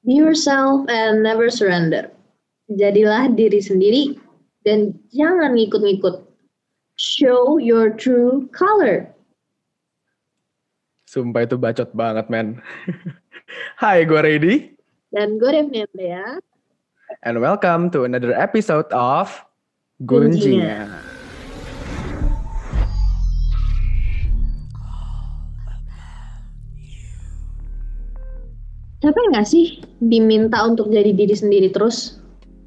Be yourself and never surrender. Jadilah diri sendiri dan jangan ngikut-ngikut. Show your true color. Sumpah itu bacot banget, men. Hai, gue Ready. Dan gue Devni Andrea. And welcome to another episode of Gunjingan. Capek gak sih diminta untuk jadi diri sendiri terus?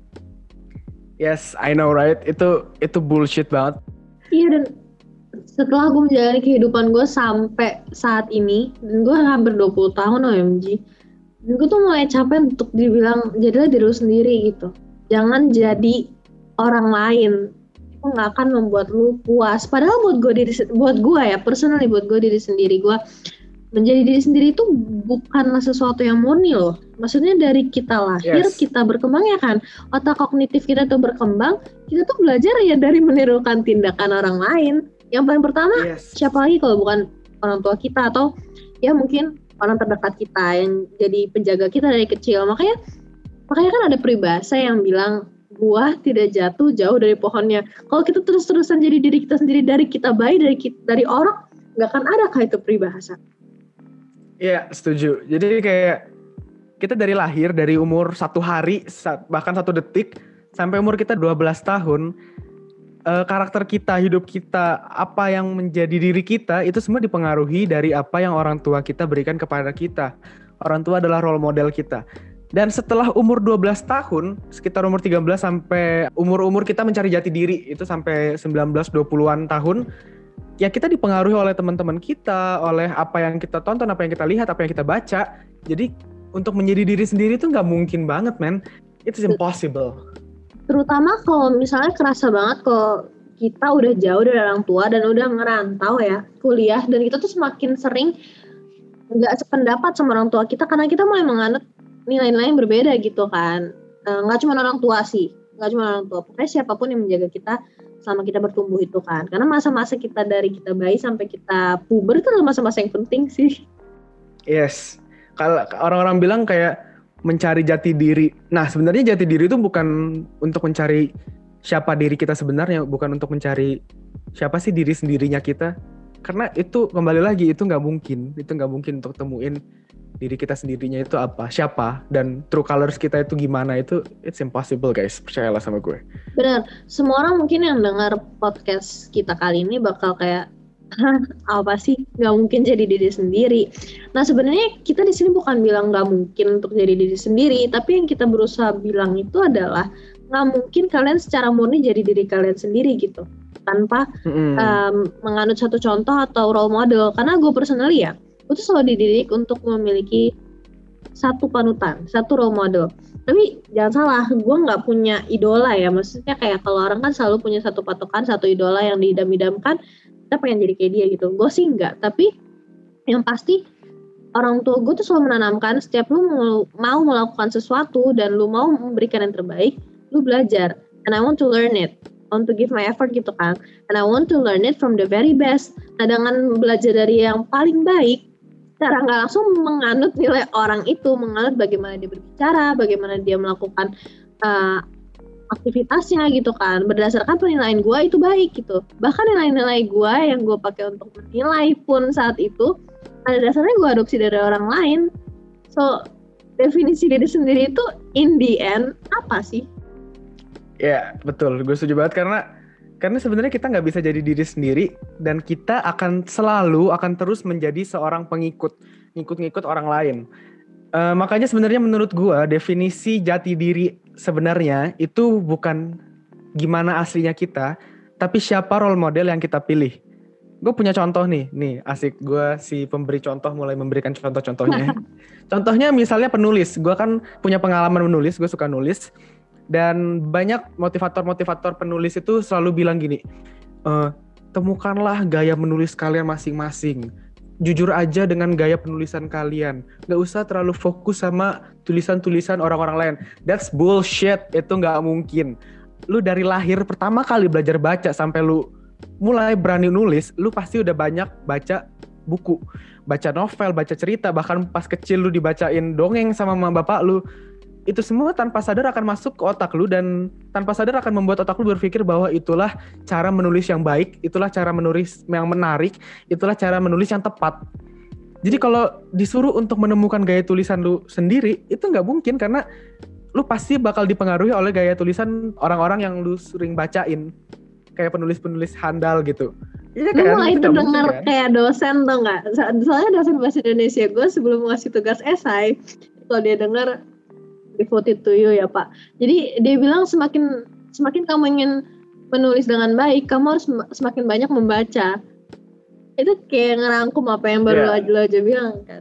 Yes, I know right. Itu bullshit banget. Iya, dan setelah gue menjalani kehidupan gue sampai saat ini, dan gue hampir 20 tahun OMG, dan gue tuh mulai capek untuk dibilang jadilah diri lu sendiri gitu. Jangan jadi orang lain. Itu gak akan membuat lu puas. Padahal buat gue ya, personally buat gue diri sendiri, gue menjadi diri sendiri itu bukanlah sesuatu yang murni loh. Maksudnya dari kita lahir, kita berkembang ya kan. Otak kognitif kita tuh berkembang, kita tuh belajar ya dari menirukan tindakan orang lain. Yang paling pertama, siapa lagi kalau bukan orang tua kita atau ya mungkin orang terdekat kita yang jadi penjaga kita dari kecil. Makanya kan ada peribahasa yang bilang, buah tidak jatuh jauh dari pohonnya. Kalau kita terus-terusan jadi diri kita sendiri dari kita bayi, dari orang, nggak akan ada kayak itu peribahasa. Iya, setuju. Jadi kayak kita dari lahir, dari umur 1 hari, bahkan 1 detik, sampai umur kita 12 tahun, karakter kita, hidup kita, apa yang menjadi diri kita, itu semua dipengaruhi dari apa yang orang tua kita berikan kepada kita. Orang tua adalah role model kita. Dan setelah umur 12 tahun, sekitar umur 13 sampai umur-umur kita mencari jati diri, itu sampai 19-20an tahun, ya kita dipengaruhi oleh teman-teman kita, oleh apa yang kita tonton, apa yang kita lihat, apa yang kita baca. Jadi untuk menjadi diri sendiri itu nggak mungkin banget, man. It's impossible. Terutama kalau misalnya kerasa banget kalau kita udah jauh dari orang tua dan udah ngerantau ya, kuliah, dan kita tuh semakin sering nggak sependapat sama orang tua kita karena kita mulai menganut nilai-nilai yang berbeda gitu kan. Nggak cuma orang tua sih, nggak cuma orang tua, pokoknya siapapun yang menjaga kita selama kita bertumbuh itu kan. Karena masa-masa kita dari kita bayi sampai kita puber itu adalah masa-masa yang penting sih. Yes. Kalau orang-orang bilang kayak mencari jati diri. Nah, sebenarnya jati diri itu bukan untuk mencari siapa diri kita sebenarnya, bukan untuk mencari siapa sih diri sendirinya kita. Karena itu kembali lagi itu nggak mungkin. Itu nggak mungkin untuk temuin diri kita sendirinya itu apa, siapa, dan true colors kita itu gimana, itu it's impossible guys, percayalah sama gue. Benar, semua orang mungkin yang dengar podcast kita kali ini bakal kayak, apa sih, nggak mungkin jadi diri sendiri. Nah sebenarnya kita di sini bukan bilang nggak mungkin untuk jadi diri sendiri, tapi yang kita berusaha bilang itu adalah nggak mungkin kalian secara murni jadi diri kalian sendiri gitu, tanpa menganut satu contoh atau role model. Karena gue personally ya, gue tuh selalu dididik untuk memiliki satu panutan, satu role model. Tapi jangan salah, gue nggak punya idola ya. Maksudnya kayak kalau orang kan selalu punya satu patokan, satu idola yang diidam-idamkan, kita pengen jadi kayak dia gitu. Gue sih enggak, tapi yang pasti orang tua gue tuh selalu menanamkan setiap lu mau melakukan sesuatu dan lu mau memberikan yang terbaik, lu belajar. And I want to learn it. I want to give my effort gitu kan. And I want to learn it from the very best. Nah dengan belajar dari yang paling baik, cara nggak langsung menganut nilai orang itu, menganut bagaimana dia berbicara, bagaimana dia melakukan aktivitasnya gitu kan, berdasarkan penilaian gue itu baik gitu. Bahkan nilai-nilai gue yang gue pakai untuk menilai pun saat itu pada dasarnya gue adopsi dari orang lain. So definisi diri sendiri itu in the end apa sih? Ya betul, gue setuju banget karena sebenarnya kita nggak bisa jadi diri sendiri dan kita akan terus menjadi seorang ngikut orang lain. Makanya sebenarnya menurut gue definisi jati diri sebenarnya itu bukan gimana aslinya kita, tapi siapa role model yang kita pilih. Gue punya contoh nih asik, gue si pemberi contoh mulai memberikan contoh-contohnya. Contohnya misalnya penulis, gue kan punya pengalaman menulis, gue suka nulis. Dan banyak motivator penulis itu selalu bilang gini, temukanlah gaya menulis kalian masing-masing. Jujur aja dengan gaya penulisan kalian. Gak usah terlalu fokus sama tulisan-tulisan orang-orang lain. That's bullshit, itu gak mungkin. Lu dari lahir pertama kali belajar baca sampai lu mulai berani nulis, lu pasti udah banyak baca buku, baca novel, baca cerita, bahkan pas kecil lu dibacain dongeng sama mama bapak lu. Itu semua tanpa sadar akan masuk ke otak lu dan tanpa sadar akan membuat otak lu berpikir bahwa itulah cara menulis yang baik, itulah cara menulis yang menarik, itulah cara menulis yang tepat. Jadi kalau disuruh untuk menemukan gaya tulisan lu sendiri, itu nggak mungkin karena lu pasti bakal dipengaruhi oleh gaya tulisan orang-orang yang lu sering bacain. Kayak penulis-penulis handal gitu. Iya Gue kan? mulai Itu nggak mungkin terdengar kan? kayak dosen tuh nggak? Soalnya dosen bahasa Indonesia gue sebelum ngasih tugas esai, kalau dia dengar devoted to you ya Pak. Jadi dia bilang semakin kamu ingin menulis dengan baik, kamu harus semakin banyak membaca. Itu kayak ngerangkum apa yang baru lo aja bilang kan.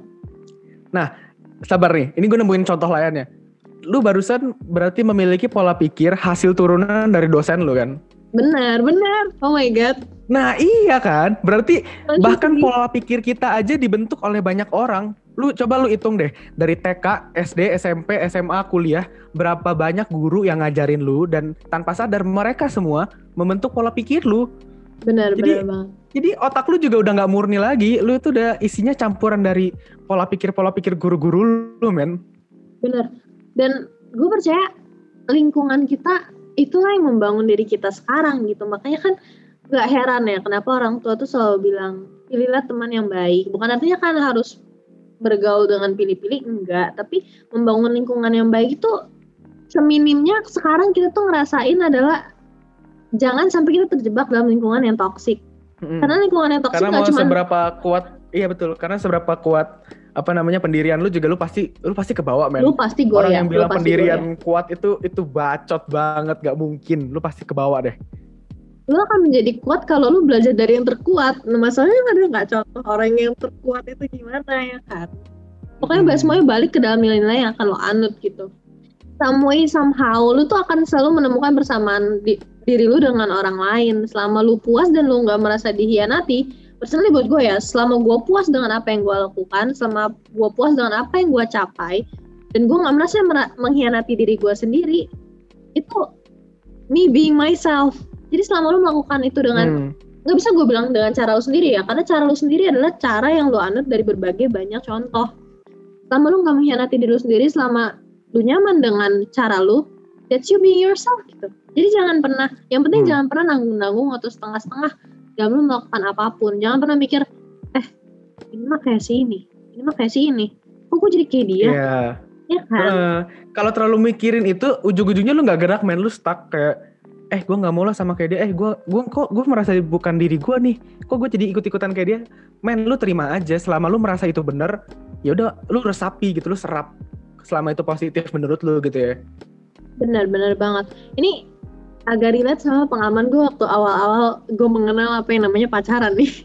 Nah, sabar nih. Ini gue nemuin contoh lainnya. Lu barusan berarti memiliki pola pikir hasil turunan dari dosen lu kan? Benar. Oh my god. Nah iya kan, berarti bahkan pola pikir kita aja dibentuk oleh banyak orang. Lu hitung deh, dari TK, SD, SMP, SMA, kuliah, berapa banyak guru yang ngajarin lu dan tanpa sadar mereka semua membentuk pola pikir lu. Benar banget. Jadi otak lu juga udah nggak murni lagi, lu itu udah isinya campuran dari pola pikir guru-guru lu, men. Benar. Dan gue percaya lingkungan kita itulah yang membangun diri kita sekarang gitu. Makanya kan gak heran ya kenapa orang tua tuh selalu bilang pilihlah teman yang baik. Bukan artinya kan harus bergaul dengan pilih-pilih, enggak. Tapi membangun lingkungan yang baik itu seminimnya sekarang kita tuh ngerasain adalah jangan sampai kita terjebak dalam lingkungan yang toksik. Karena lingkungan yang toksik gak cuma seberapa kuat, iya betul. Karena seberapa kuat pendirian lu juga lu pasti kebawa, men. Lu pasti goyah. Orang yang bilang pendirian kuat itu bacot banget, gak mungkin. Lu pasti kebawa deh. Lu akan menjadi kuat kalau lu belajar dari yang terkuat. Nah, masalahnya ada nggak contoh orang yang terkuat itu gimana ya kan? Pokoknya semuanya balik ke dalam nilai-nilai yang akan lo anut gitu. Some way, somehow, lu tuh akan selalu menemukan persamaan diri lu dengan orang lain. Selama lu puas dan lu nggak merasa dihianati, personally buat gue ya, selama gue puas dengan apa yang gue lakukan, selama gue puas dengan apa yang gue capai, dan gue nggak merasa mengkhianati diri gue sendiri, itu me being myself. Jadi selama lu melakukan itu dengan nggak bisa gue bilang dengan cara lu sendiri ya, karena cara lu sendiri adalah cara yang lu anut dari berbagai banyak contoh. Selama lu nggak mengkhianati diri lu sendiri, selama lu nyaman dengan cara lu, that's you being yourself gitu. Jadi jangan pernah, yang penting jangan pernah nanggung-nanggung atau setengah-setengah dalam lu melakukan apapun. Jangan pernah mikir, ini mah kayak si ini, kok gue jadi kayak dia? Ya kan? Kalau terlalu mikirin itu, ujung-ujungnya lu nggak gerak, men. Lu stuck kayak gue nggak mau lah sama kayak dia, gue merasa bukan diri gue nih, kok gue jadi ikut-ikutan kayak dia. Men, lu terima aja, selama lu merasa itu bener, ya udah lu resapi gitu, lu serap selama itu positif menurut lu gitu ya. Benar banget. Ini agak relate sama pengalaman gue waktu awal-awal gue mengenal apa yang namanya pacaran nih.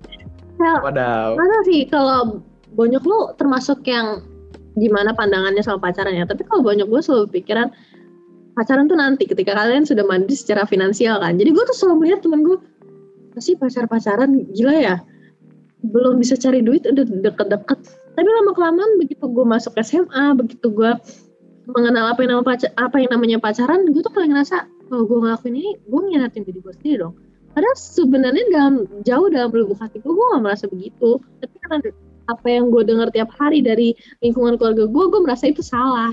Wadaw. Masa sih kalau bonyok lu termasuk yang gimana pandangannya sama pacaran ya, tapi kalau bonyok gue selalu pikiran pacaran tuh nanti ketika kalian sudah mandiri secara finansial kan. Jadi gue tuh selalu melihat temen gue, masih pacaran gila ya, belum bisa cari duit udah deket-deket. Tapi lama-kelamaan begitu gue masuk SMA, begitu gue mengenal apa yang namanya pacaran, gue tuh paling ngerasa kalau gue ngelakuin ini, gue ngianatin diri gue sendiri dong. Padahal sebenarnya jauh dalam lubuk hati gue gak merasa begitu. Tapi karena apa yang gue dengar tiap hari dari lingkungan keluarga gue merasa itu salah.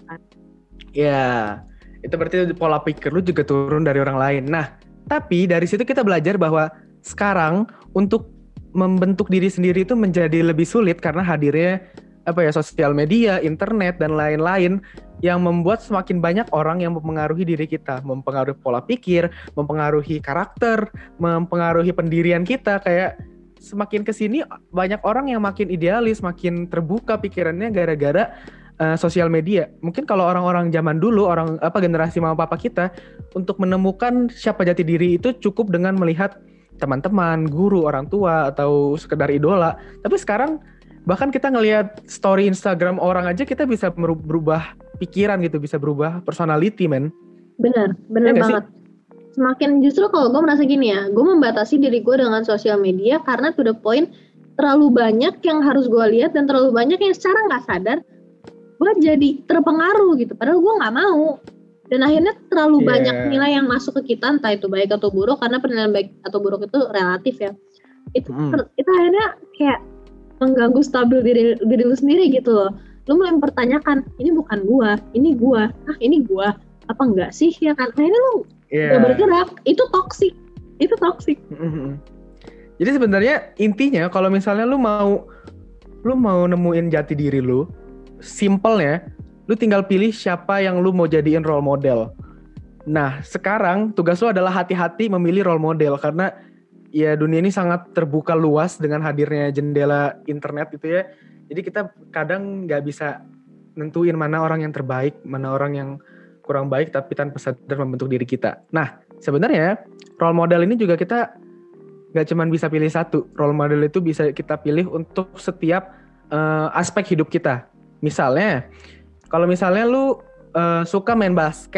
Ya. Itu berarti pola pikir lu juga turun dari orang lain. Nah, tapi dari situ kita belajar bahwa sekarang untuk membentuk diri sendiri itu menjadi lebih sulit karena hadirnya sosial media, internet dan lain-lain yang membuat semakin banyak orang yang mempengaruhi diri kita, mempengaruhi pola pikir, mempengaruhi karakter, mempengaruhi pendirian kita. Kayak semakin kesini banyak orang yang makin idealis, makin terbuka pikirannya gara-gara sosial media. Mungkin kalau orang-orang zaman dulu, generasi mama papa kita, untuk menemukan siapa jati diri itu cukup dengan melihat teman-teman, guru, orang tua, atau sekedar idola. Tapi sekarang bahkan kita ngelihat story Instagram orang aja kita bisa berubah pikiran gitu, bisa berubah personality, men. Benar ya banget. Semakin justru kalau gue merasa gini ya, gue membatasi diri gue dengan sosial media karena to the point terlalu banyak yang harus gue lihat dan terlalu banyak yang secara nggak sadar gue jadi terpengaruh gitu, padahal gue nggak mau. Dan akhirnya terlalu banyak nilai yang masuk ke kita, entah itu baik atau buruk, karena penilaian baik atau buruk itu relatif ya. Itu Mm-mm. itu akhirnya kayak mengganggu stabil diri lu sendiri gitu loh. Lu mulai mempertanyakan, ini bukan gua, ini gua apa enggak sih, ya kan? Akhirnya lu gak Iya. bergerak. Itu toxic. Mm-mm. Jadi sebenarnya intinya kalau misalnya lu mau nemuin jati diri lu, simpelnya lu tinggal pilih siapa yang lu mau jadiin role model. Nah, sekarang tugas lu adalah hati-hati memilih role model karena ya dunia ini sangat terbuka luas dengan hadirnya jendela internet gitu ya. Jadi kita kadang nggak bisa nentuin mana orang yang terbaik, mana orang yang kurang baik, tapi tanpa sadar membentuk diri kita. Nah, sebenarnya role model ini juga kita nggak cuma bisa pilih satu. Role model itu bisa kita pilih untuk setiap aspek hidup kita. Misalnya, kalau misalnya lu suka main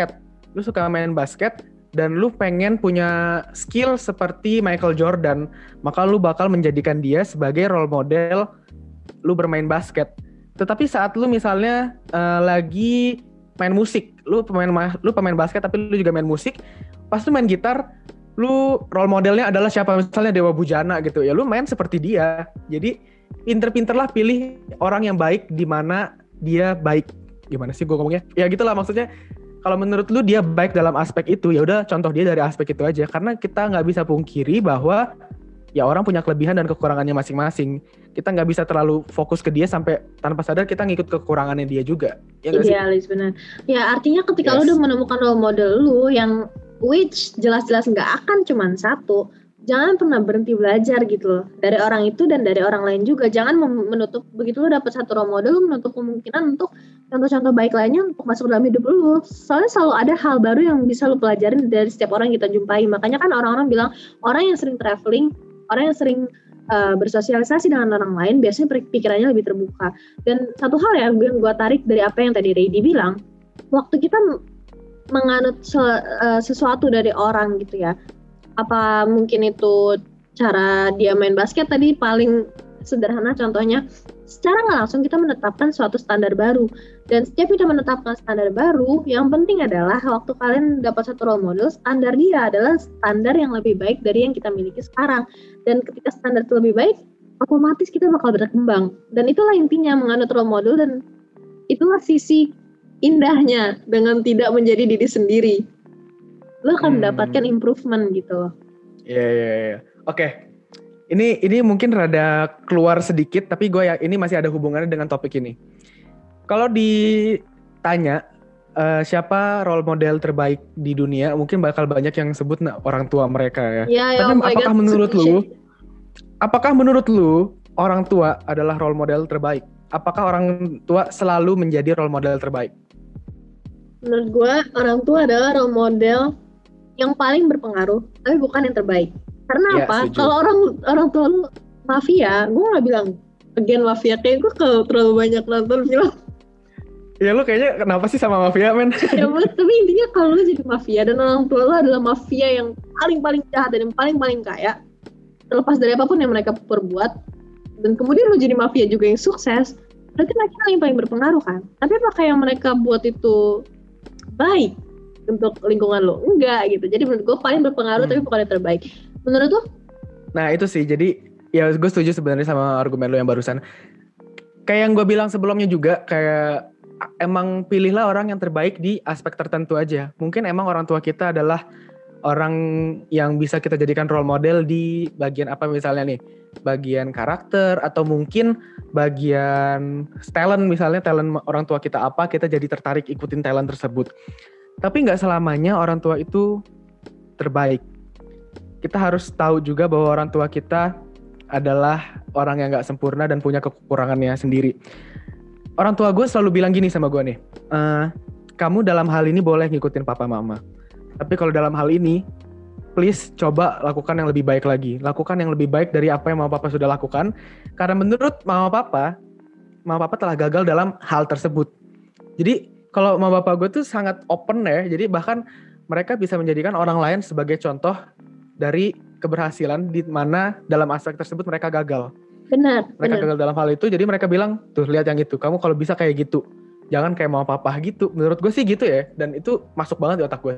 basket, dan lu pengen punya skill seperti Michael Jordan, maka lu bakal menjadikan dia sebagai role model lu bermain basket. Tetapi saat lu misalnya lagi main musik, lu pemain basket tapi lu juga main musik, pas lu main gitar, lu role modelnya adalah siapa, misalnya Dewa Bujana gitu ya, lu main seperti dia. Jadi pinter-pinterlah pilih orang yang baik di mana dia baik. Gimana sih gue ngomongnya? Ya gitulah maksudnya. Kalau menurut lu dia baik dalam aspek itu, ya udah contoh dia dari aspek itu aja. Karena kita nggak bisa pungkiri bahwa ya orang punya kelebihan dan kekurangannya masing-masing. Kita nggak bisa terlalu fokus ke dia sampai tanpa sadar kita ngikut kekurangannya dia juga. Ya nggak sih? Idealis, benar. Ya artinya ketika Yes. lu udah menemukan role model lu yang which jelas-jelas nggak akan cuman satu, jangan pernah berhenti belajar gitu loh dari orang itu dan dari orang lain juga. Jangan menutup, begitu lu dapet satu role model, lu menutup kemungkinan untuk contoh-contoh baik lainnya untuk masuk dalam hidup lu. Soalnya selalu ada hal baru yang bisa lu pelajarin dari setiap orang yang kita jumpai. Makanya kan orang-orang bilang orang yang sering traveling, orang yang sering bersosialisasi dengan orang lain biasanya pikirannya lebih terbuka. Dan satu hal ya yang gue tarik dari apa yang tadi Reidi bilang, waktu kita menganut sesuatu dari orang gitu ya, apa mungkin itu cara dia main basket tadi paling sederhana contohnya, secara nggak langsung kita menetapkan suatu standar baru. Dan setiap kita menetapkan standar baru, yang penting adalah waktu kalian dapat satu role model, standar dia adalah standar yang lebih baik dari yang kita miliki sekarang. Dan ketika standar itu lebih baik, otomatis kita bakal berkembang. Dan itulah intinya menganut role model, dan itulah sisi indahnya dengan tidak menjadi diri sendiri. Lo akan mendapatkan improvement gitu loh. Iya. Oke. Ini mungkin rada keluar sedikit, tapi gue ya ini masih ada hubungannya dengan topik ini. Kalau ditanya siapa role model terbaik di dunia, mungkin bakal banyak yang sebut orang tua mereka ya. Ya, Tapi apakah menurut lu orang tua adalah role model terbaik? Apakah orang tua selalu menjadi role model terbaik? Menurut gue orang tua adalah role model yang paling berpengaruh, tapi bukan yang terbaik. Karena Ya, apa? setuju. Kalau orang tua lu mafia, gue nggak bilang again mafia, kayak gue kalau terlalu banyak nonton film. Ya lu kayaknya kenapa sih sama mafia, men? Ya tapi intinya kalau lu jadi mafia dan orang tua lu adalah mafia yang paling jahat dan yang paling kaya, terlepas dari apapun yang mereka perbuat, dan kemudian lu jadi mafia juga yang sukses, berarti mereka yang paling berpengaruh kan. Tapi apakah yang mereka buat itu baik untuk lingkungan lo? Enggak gitu. Jadi menurut gue paling berpengaruh tapi bukan yang terbaik. Menurut lo? Nah itu sih, jadi ya gue setuju sebenarnya sama argumen lo yang barusan. Kayak yang gue bilang sebelumnya juga, kayak emang pilihlah orang yang terbaik di aspek tertentu aja. Mungkin emang orang tua kita adalah orang yang bisa kita jadikan role model di bagian apa misalnya nih, bagian karakter atau mungkin bagian talent, misalnya talent orang tua kita apa, kita jadi tertarik ikutin talent tersebut. Tapi nggak selamanya orang tua itu terbaik. Kita harus tahu juga bahwa orang tua kita adalah orang yang nggak sempurna dan punya kekurangannya sendiri. Orang tua gue selalu bilang gini sama gue nih, kamu dalam hal ini boleh ngikutin papa mama, tapi kalau dalam hal ini please coba lakukan yang lebih baik lagi. Lakukan yang lebih baik dari apa yang mama papa sudah lakukan, karena menurut mama papa telah gagal dalam hal tersebut. Jadi kalau mama papa gue tuh sangat open ya, jadi bahkan mereka bisa menjadikan orang lain sebagai contoh dari keberhasilan di mana dalam aspek tersebut mereka gagal. Benar. Mereka gagal dalam hal itu, jadi mereka bilang, tuh lihat yang itu, kamu kalau bisa kayak gitu, jangan kayak mama papa gitu. Menurut gue sih gitu ya, dan itu masuk banget di otak gue sih.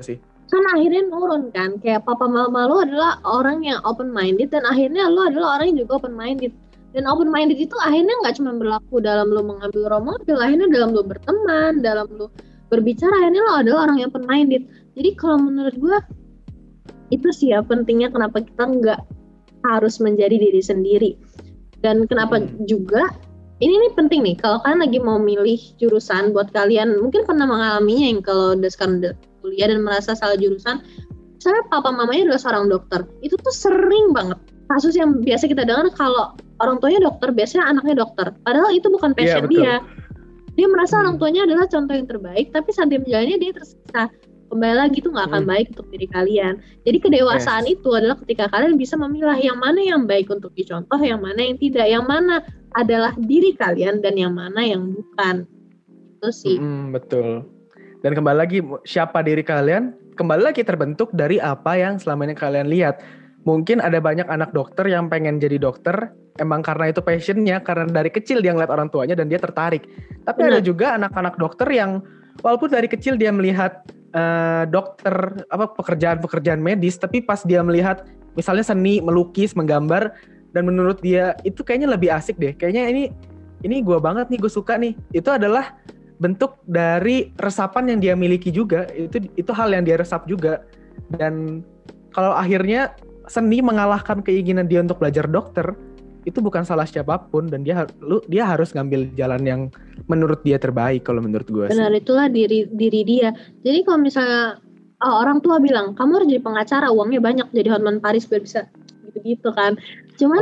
kan akhirnya nurun kan, kayak papa mama lo adalah orang yang open minded dan akhirnya lo adalah orang yang juga open minded. Dan open minded itu akhirnya nggak cuma berlaku dalam lo mengambil role model, akhirnya dalam lo berteman, dalam lo berbicara, akhirnya lo adalah orang yang open minded. Jadi kalau menurut gue itu sih ya pentingnya kenapa kita nggak harus menjadi diri sendiri. Dan kenapa juga ini nih penting nih kalau kalian lagi mau milih jurusan, buat kalian mungkin pernah mengalaminya yang kalau udah sekarang udah kuliah dan merasa salah jurusan, misalnya papa mamanya adalah seorang dokter, itu tuh sering banget kasus yang biasa kita dengar kalau orang tuanya dokter, biasanya anaknya dokter, padahal itu bukan passion dia merasa orang tuanya adalah contoh yang terbaik, tapi saat dia menjalannya dia tersiksa. Kembali lagi itu nggak akan baik untuk diri kalian. Jadi kedewasaan itu adalah ketika kalian bisa memilah yang mana yang baik untuk dicontoh, yang mana yang tidak, yang mana adalah diri kalian dan yang mana yang bukan. Itu sih. Betul. Dan kembali lagi siapa diri kalian, kembali lagi terbentuk dari apa yang selama ini kalian lihat. Mungkin ada banyak anak dokter yang pengen jadi dokter emang karena itu passionnya, karena dari kecil dia ngeliat orang tuanya dan dia tertarik. Tapi ada juga anak-anak dokter yang walaupun dari kecil dia melihat dokter pekerjaan medis, tapi pas dia melihat misalnya seni, melukis, menggambar, dan menurut dia itu kayaknya lebih asik deh, kayaknya ini gue banget nih, gue suka nih, itu adalah bentuk dari resapan yang dia miliki juga, itu hal yang dia resap juga. Dan kalau akhirnya seni mengalahkan keinginan dia untuk belajar dokter, itu bukan salah siapapun, dan dia harus ngambil jalan yang menurut dia terbaik kalau menurut gue sih. Benar, itulah diri dia. Jadi kalau misalnya orang tua bilang kamu harus jadi pengacara, uangnya banyak, jadi Hotman Paris biar bisa gitu-gitu kan. Cuman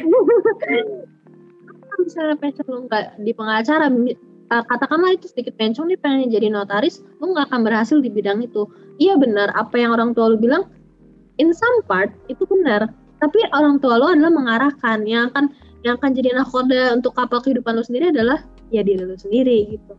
kalau misalnya passion lo nggak di pengacara, katakanlah itu sedikit pencong, dia pengen jadi notaris, lo nggak akan berhasil di bidang itu. Iya benar, apa yang orang tua lo bilang in some part itu benar. Tapi orang tua lo adalah mengarahkan, yang akan jadi nahkoda untuk kapal kehidupan lo sendiri adalah ya diri lo sendiri gitu.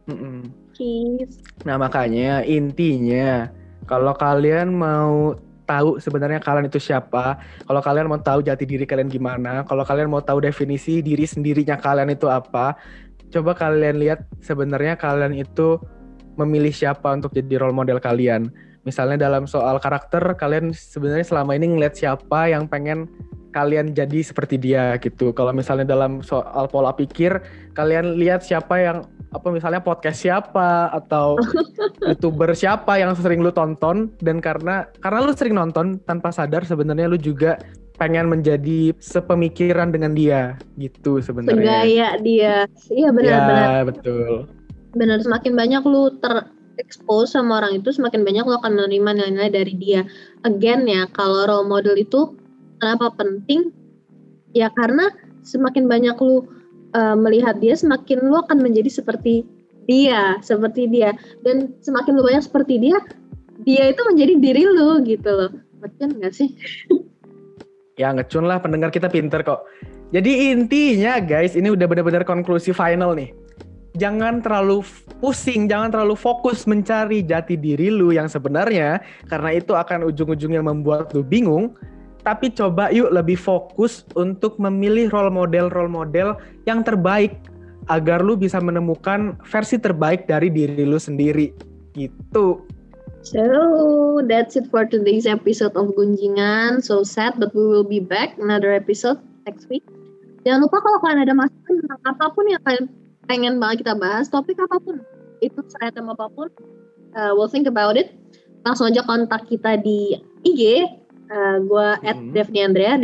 Nah makanya intinya kalau kalian mau tahu sebenarnya kalian itu siapa, kalau kalian mau tahu jati diri kalian gimana, kalau kalian mau tahu definisi diri sendirinya kalian itu apa, coba kalian lihat sebenarnya kalian itu memilih siapa untuk jadi role model kalian. Misalnya dalam soal karakter, kalian sebenarnya selama ini ngeliat siapa yang pengen kalian jadi seperti dia gitu. Kalau misalnya dalam soal pola pikir, kalian lihat siapa yang misalnya podcast siapa atau YouTuber siapa yang sering lu tonton, dan karena lu sering nonton tanpa sadar sebenarnya lu juga pengen menjadi sepemikiran dengan dia gitu sebenarnya. Segaya dia. Iya benar-benar. Ya, betul. Benar, semakin banyak lu expose sama orang itu, semakin banyak lo akan menerima nilai-nilai dari dia. Again ya, kalau role model itu kenapa penting? Ya karena semakin banyak lo melihat dia, semakin lo akan menjadi seperti dia. Dan semakin lo banyak seperti dia itu menjadi diri lo gitu loh. Ngecun gak sih? Ya ngecun lah, pendengar kita pinter kok. Jadi intinya guys, ini udah benar-benar konklusi final nih. Jangan terlalu pusing, jangan terlalu fokus mencari jati diri lu yang sebenarnya, karena itu akan ujung-ujungnya membuat lu bingung. Tapi coba yuk lebih fokus untuk memilih role model yang terbaik, agar lu bisa menemukan versi terbaik dari diri lu sendiri. Gitu. So, that's it for today's episode of Gunjingan. So sad, but we will be back another episode next week. Jangan lupa kalau kalian ada masukan tentang apapun yang kalian pengen banget kita bahas, topik apapun, itu seragam apapun, we'll think about it. Langsung aja kontak kita di IG, gue @devniandrea,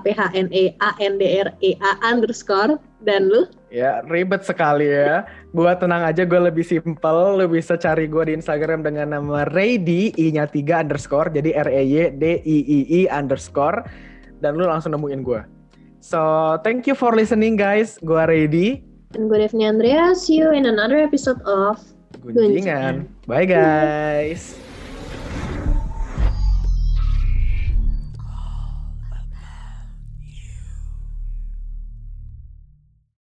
DAPHNEANDREA_, dan lu? Ya, ribet sekali ya. Gue tenang aja, gue lebih simple. Lu bisa cari gue di Instagram dengan nama Reydi, I-nya 3_, jadi REYDIII_, dan lu langsung nemuin gue. So, thank you for listening guys. Gue Reydi. Dan gue Devniandrea. See you in another episode of Gunjingan. Bye guys.